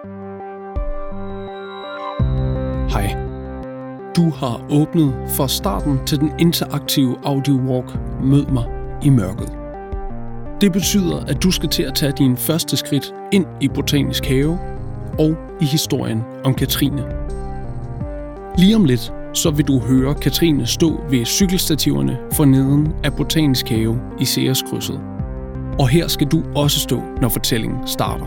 Hej. Du har åbnet for starten til den interaktive audiowalk Mød mig i mørket. Det betyder, at du skal til at tage dine første skridt ind i Botanisk Have og i historien om Katrine. Lige om lidt, så vil du høre Katrine stå ved cykelstativerne for neden af Botanisk Have i Cereskrydset. Og her skal du også stå, når fortællingen starter.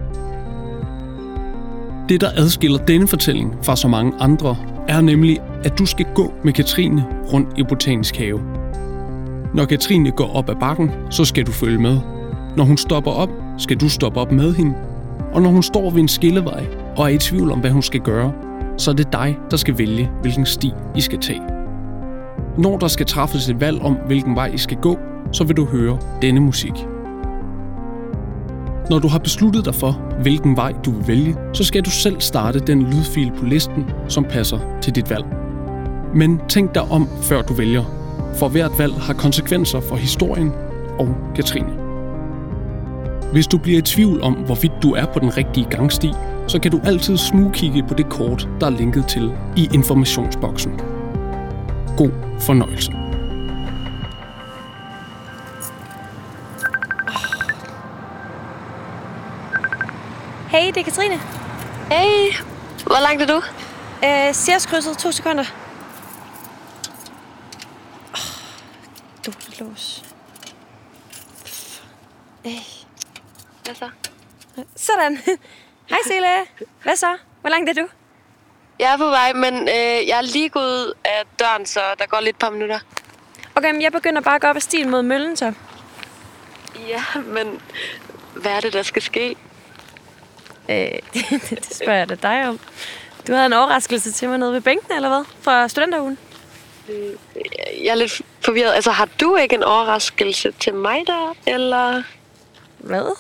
Det, der adskiller denne fortælling fra så mange andre, er nemlig, at du skal gå med Katrine rundt i Botanisk Have. Når Katrine går op ad bakken, så skal du følge med. Når hun stopper op, skal du stoppe op med hende. Og når hun står ved en skillevej og er i tvivl om, hvad hun skal gøre, så er det dig, der skal vælge, hvilken sti I skal tage. Når der skal træffes et valg om, hvilken vej I skal gå, så vil du høre denne musik. Når du har besluttet dig for, hvilken vej du vil vælge, så skal du selv starte den lydfil på listen, som passer til dit valg. Men tænk dig om, før du vælger, for hvert valg har konsekvenser for historien og Katrine. Hvis du bliver i tvivl om, hvorvidt du er på den rigtige gangsti, så kan du altid smugkigge på det kort, der er linket til i informationsboksen. God fornøjelse. Hey, det er Katrine. Hey, hvor langt er du? Cereskrydset, 2 sekunder. Dåselås. Hvad så? Sådan. Hej Sille. Hvad så? Hvor langt er du? Jeg er på vej, men jeg er lige gået ud af døren, så der går lidt par minutter. Okay, men jeg begynder bare at gå op ad stien mod møllen, så. Ja, men hvad er det, der skal ske? Det spørger jeg da dig om. Du havde en overraskelse til mig nede ved bænken, eller hvad? Fra studenterugen. Jeg er lidt forvirret. Altså, har du ikke en overraskelse til mig der, eller? Hvad?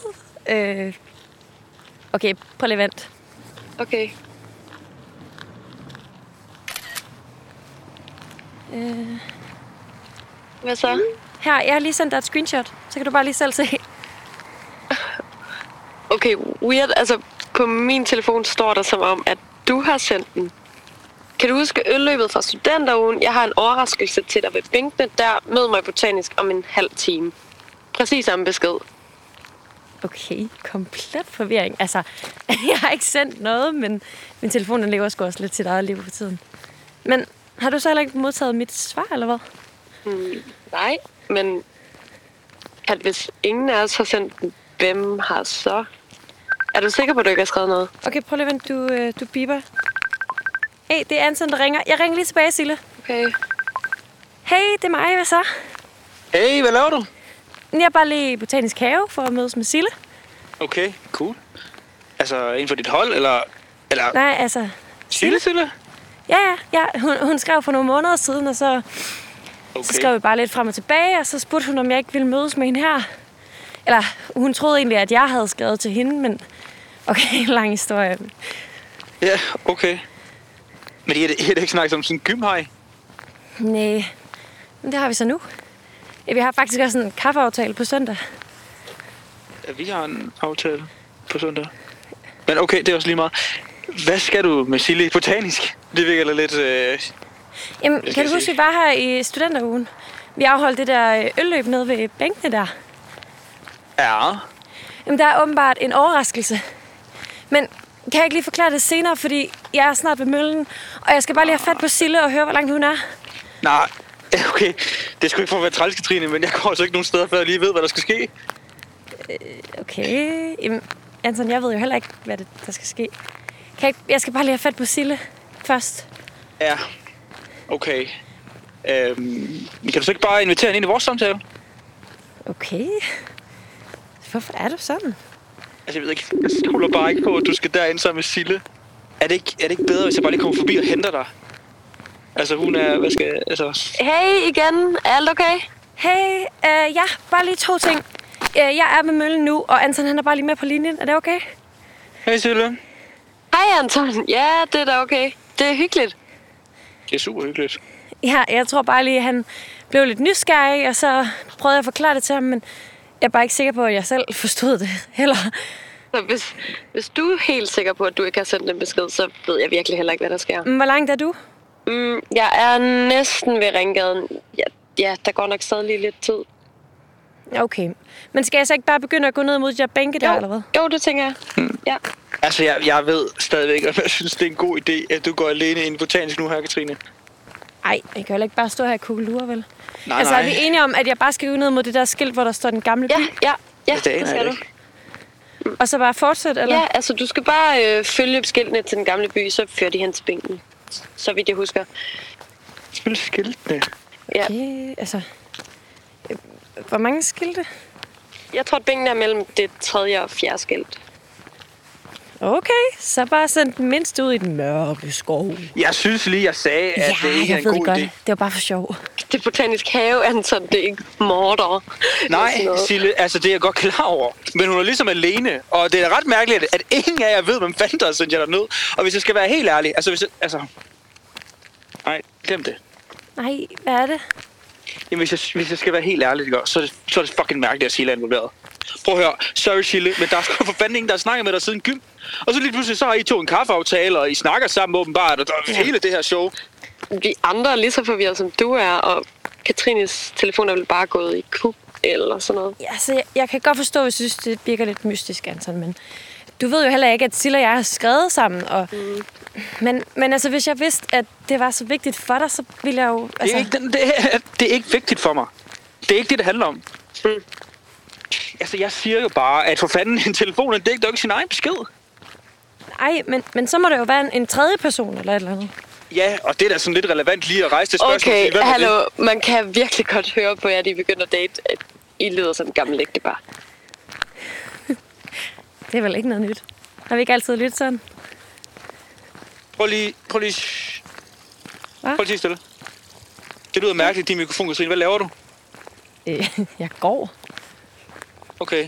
Okay, prøv lige vent. Okay. Hvad så? Her, jeg har lige sendt dig et screenshot. Så kan du bare lige selv se. Okay, weird. Altså, på min telefon står der som om, at du har sendt den. Kan du huske ølløbet fra studenterugen? Jeg har en overraskelse til dig ved bænkene der. Mød mig i Botanisk om en halv time. Præcis samme besked. Okay, komplet forvirring. Altså, jeg har ikke sendt noget, men min telefon den lever sgu også lidt til eget liv på tiden. Men har du så heller ikke modtaget mit svar, eller hvad? Nej, men at hvis ingen af os har sendt den, hvem har så? Er du sikker på, at du ikke har skrevet noget? Okay, prøv lige at vente, du biber. Hey, det er Anton, der ringer. Jeg ringer lige tilbage, Sille. Okay. Hey, det er mig. Hvad så? Hey, hvad laver du? Jeg er bare lige i Botanisk Have for at mødes med Sille. Okay, cool. Altså, inden for dit hold, eller? Nej, altså... Sille? Ja. Hun skrev for nogle måneder siden, og så skrev vi bare lidt frem og tilbage, og så spurgte hun, om jeg ikke ville mødes med hende her. Eller, hun troede egentlig, at jeg havde skrevet til hende, men... Okay, lang historie. Ja, okay. Men I har ikke snakket om sådan en gymhej? Nej, men det har vi så nu. Ja, vi har faktisk også en kaffeaftale på søndag. Ja, vi har en aftale på søndag. Men okay, det er også lige meget. Hvad skal du med Sille i Botanisk? Det virker lidt... Jamen, kan du huske, vi var her i studenterugen? Vi afholdt det der ølløb nede ved bænkene der. Ja. Jamen, der er åbenbart en overraskelse. Men kan jeg ikke lige forklare det senere, fordi jeg er snart ved møllen, og jeg skal bare lige have fat på Sille og høre, hvor langt hun er. Nej, okay. Det skulle ikke for at være træls, Katrine, men jeg går altså ikke nogen steder, før jeg lige ved, hvad der skal ske. Okay. Jamen, Anton, jeg ved jo heller ikke, hvad der skal ske. Jeg skal bare lige have fat på Sille først. Ja, okay. Kan du så ikke bare invitere hende ind i vores samtale? Okay. Hvorfor er du sådan? Altså, jeg ved ikke, jeg stoler bare ikke på, at du skal derind sammen med Sille. Er det ikke bedre, hvis jeg bare lige kommer forbi og henter dig? Altså, hun er... Hey igen. Er alt okay? Hey, ja, bare lige 2 ting. Jeg er med møllen nu, og Anton han er bare lige med på linjen. Er det okay? Hej, Sille. Hej, Anton. Ja, det er da okay. Det er hyggeligt. Det er super hyggeligt. Ja, jeg tror bare lige, at han blev lidt nysgerrig, og så prøvede jeg at forklare det til ham, men jeg er bare ikke sikker på, at jeg selv forstod det heller. Så hvis du er helt sikker på, at du ikke har sendt en besked, så ved jeg virkelig heller ikke, hvad der sker. Hvor langt er du? Jeg er næsten ved Ringgaden. Ja, der går nok stadig lige lidt tid. Okay. Men skal jeg så ikke bare begynde at gå ned mod de der bænke der, eller hvad? Jo, det tænker jeg. Ja. Altså, jeg ved stadigvæk, at jeg synes, det er en god idé, at du går alene ind i botanisk nu her, Katrine. Ej, jeg kan jo ikke bare stå her og kugelure, vel? Nej, altså, er vi enige om, at jeg bare skal gå ned mod det der skilt, hvor der står den gamle by? Ja, det skal du. Og så bare fortsætte, eller? Ja, altså, du skal bare følge skiltene til den gamle by, så fører de hen til bænken. Så vidt jeg husker. Følg skiltene? Ja. Okay, altså... Hvor mange skilte? Jeg tror, at bænken er mellem det 3. og 4. skilt. Okay, så bare send den mindst ud i den mørke skov. Jeg synes lige, jeg sagde, at det ikke er en god idé. Det var bare for sjov. Det er botanisk have, Anton. Det er ikke morder. Nej, Sille, altså det er jeg godt klar over. Men hun er ligesom alene, og det er ret mærkeligt, at ingen af jer ved, hvem fanden der har sendt jer derned. Og hvis jeg skal være helt ærlig, nej, glem det. Nej, hvad er det? Jamen, hvis jeg skal være helt ærlig, så er det fucking mærkeligt, at Sille er involveret. Prøv at høre, sorry Sille, men der er sgu for fanden ingen, der har snakket med dig siden gym. Og så lige pludselig, så har I to en kaffeaftale, og I snakker sammen åbenbart, og der er hele det her show. Vi andre er lige så forvirret, som du er, og Katrines telefon er vel bare gået i kub eller sådan noget. Ja, så jeg kan godt forstå, hvis jeg synes, det virker lidt mystisk, Anton, men du ved jo heller ikke, at Sille og jeg har skrevet sammen, og... Men altså, hvis jeg vidste, at det var så vigtigt for dig, så ville jeg jo... Altså... Det er ikke vigtigt for mig. Det er ikke det handler om. Altså, jeg siger jo bare, at for fanden en telefon, det er ikke sin egen besked. Nej, men så må det jo være en tredje person eller et eller andet. Ja, og det er da sådan lidt relevant lige at rejse til spørgsmål. Okay, hallo, man kan virkelig godt høre på jer, at I begynder at date, at I lyder som en gammel ægtepar. Det er vel ikke noget nyt. Har vi ikke altid lyttet sådan? Prøv lige stille. Det lyder mærkeligt, din mikrofon, Katrine. Hvad laver du? Jeg går. Okay.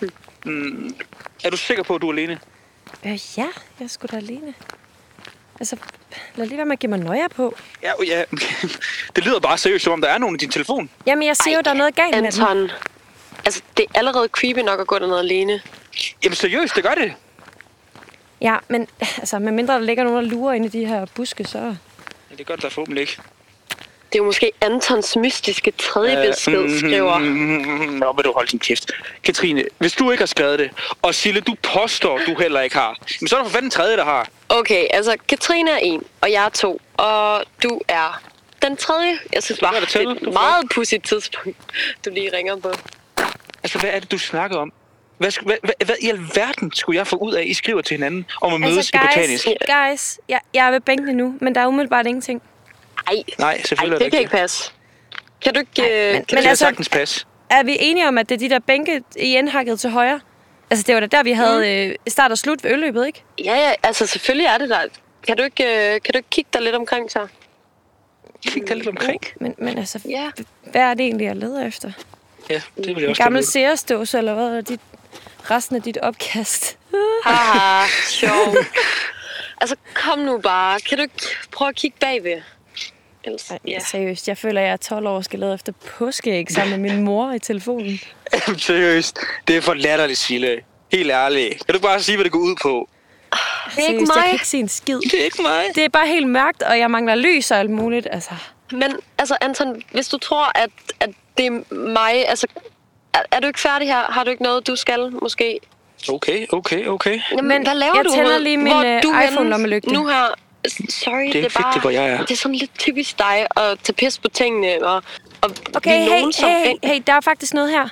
Er du sikker på, at du er alene? Ja, jeg er sgu da alene. Altså, lad lige være med at give mig nøjer på. Ja. Det lyder bare seriøst, som om der er nogen i din telefon. Jamen, jeg siger jo, der er noget galt med den. Anton, altså, det er allerede creepy nok at gå dernede alene. Jamen, seriøst, det gør det. Ja, men altså, medmindre der ligger nogen, der lurer inde i de her buske, så... Ja, det gør der forhåbentlig ikke. Det er jo måske Antons mystiske tredje besked, skriver. Nå, vil du holde din kæft. Katrine, hvis du ikke har skrevet det, og Sille, du påstår, du heller ikke har, men så er der for fanden den tredje, der har. Okay, altså, Katrine er 1, og jeg er 2, og du er den tredje. Jeg synes bare, det er et meget pudsigt tidspunkt, du lige ringer på. Altså, hvad er det, du snakker om? Hvad i alverden skulle jeg få ud af, at I skriver til hinanden om at mødes i botanisk? Guys, jeg er ved bænken nu, men der er umiddelbart ingenting. Nej, selvfølgelig det kan ikke passe. Kan du ikke... Men altså, sagtens passe. Er vi enige om, at det er de der bænke i indhakket til højre? Altså, det var da der, vi havde start og slut ved ølløbet, ikke? Ja, altså selvfølgelig er det der. Kan du ikke kigge dig lidt omkring, så? Kigge dig lidt omkring? Men altså, hvad er det egentlig, jeg leder efter? Ja, det vil jeg også. En gammel Sears-dåse, eller hvad? Resten af dit opkast. Haha, sjov. Altså, kom nu bare. Kan du ikke prøve at kigge bagved? Seriøst, jeg føler, at jeg er 12 år og skal lede efter påskeæg sammen med min mor i telefonen. Seriøst, det er for latterligt, Sille. Helt ærligt. Kan du bare sige, hvad det går ud på? Det er ikke mig. Jeg kan ikke se en skid. Det er ikke mig. Det er bare helt mørkt, og jeg mangler lys og alt muligt. Altså. Men altså, Anton, hvis du tror, at det er mig, altså, er du ikke færdig her? Har du ikke noget, du skal, måske? Okay. Jamen, hvad laver du? Jeg tænder lige min iPhone-lommelygte. Nu her. Sorry, det er ikke vigtigt, hvor jeg er. Det er sådan lidt typisk dig at tage pis på tingene og okay, hey, der er faktisk noget her.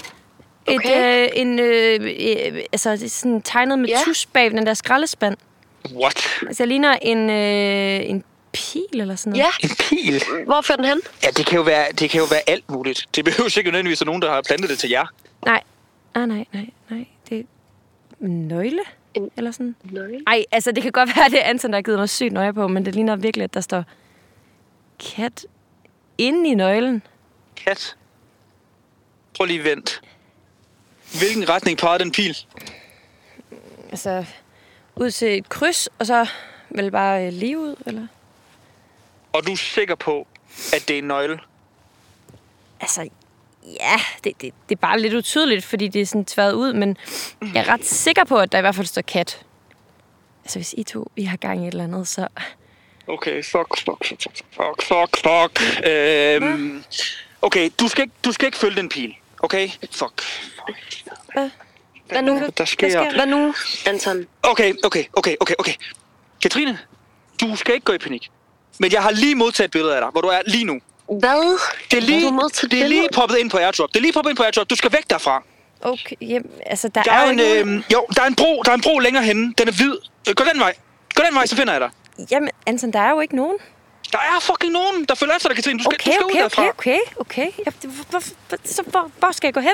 Okay. Altså, det er sådan tegnet med tus bag den der skraldespand. What? Altså, jeg ligner en pil eller sådan noget. Ja. En pil? Hvor fører den hen? Ja, det kan jo være alt muligt. Det behøver sikkert nødvendigvis nogen, der har plantet det til jer. Nej. Det er nøgle. Eller sådan. Nøgle? Ej, altså det kan godt være, det er Anton, der har givet mig sygt nøje på, men det ligner virkelig, at der står kat inde i nøglen. Kat? Prøv lige vent. Hvilken retning peger den pil? Altså, ud til et kryds, og så vel bare lige ud, eller? Og du er sikker på, at det er en nøgle? Altså, Ja, det er bare lidt utydeligt, fordi det er sådan tværet ud, men jeg er ret sikker på, at der i hvert fald står kat. Altså, hvis I har gang i et eller andet, så... Okay, fuck. Okay, du skal ikke følge den pil, okay? Fuck. Hvad nu? Der sker... Hvad nu, Anton? Okay. Katrine, du skal ikke gå i panik. Men jeg har lige modtaget et billede af dig, hvor du er lige nu. Hvad? Det er lige poppet ind på AirDrop. Du skal væk derfra. Okay, jamen, altså, der er er jo en, ikke nogen... der er en bro længere henne. Den er hvid. Gå den vej, så finder jeg dig. Jamen, Anton, der er jo ikke nogen. Der er fucking nogen, der følger efter dig, Katrine. Du skal ud derfra. Okay. Hvor skal jeg gå hen?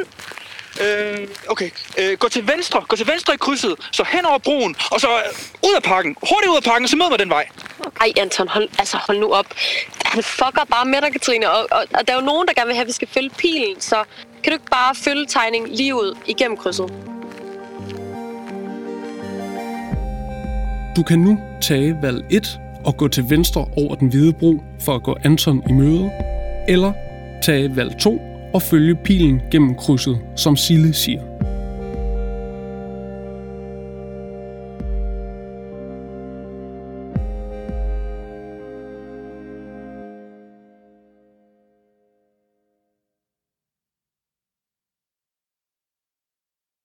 Gå til venstre i krydset, så hen over broen, og så ud af parken. Hurtigt ud af parken, og så mød mig den vej. Okay. Ej, Anton, hold nu op. Han fucker bare med dig, Katrine, og der er jo nogen, der gerne vil have, at vi skal følge pilen, så kan du ikke bare følge tegningen lige ud igennem krydset? Du kan nu tage valg 1 og gå til venstre over den hvide bro for at gå Anton i møde, eller tage valg 2 og følge pilen gennem krydset, som Sille siger.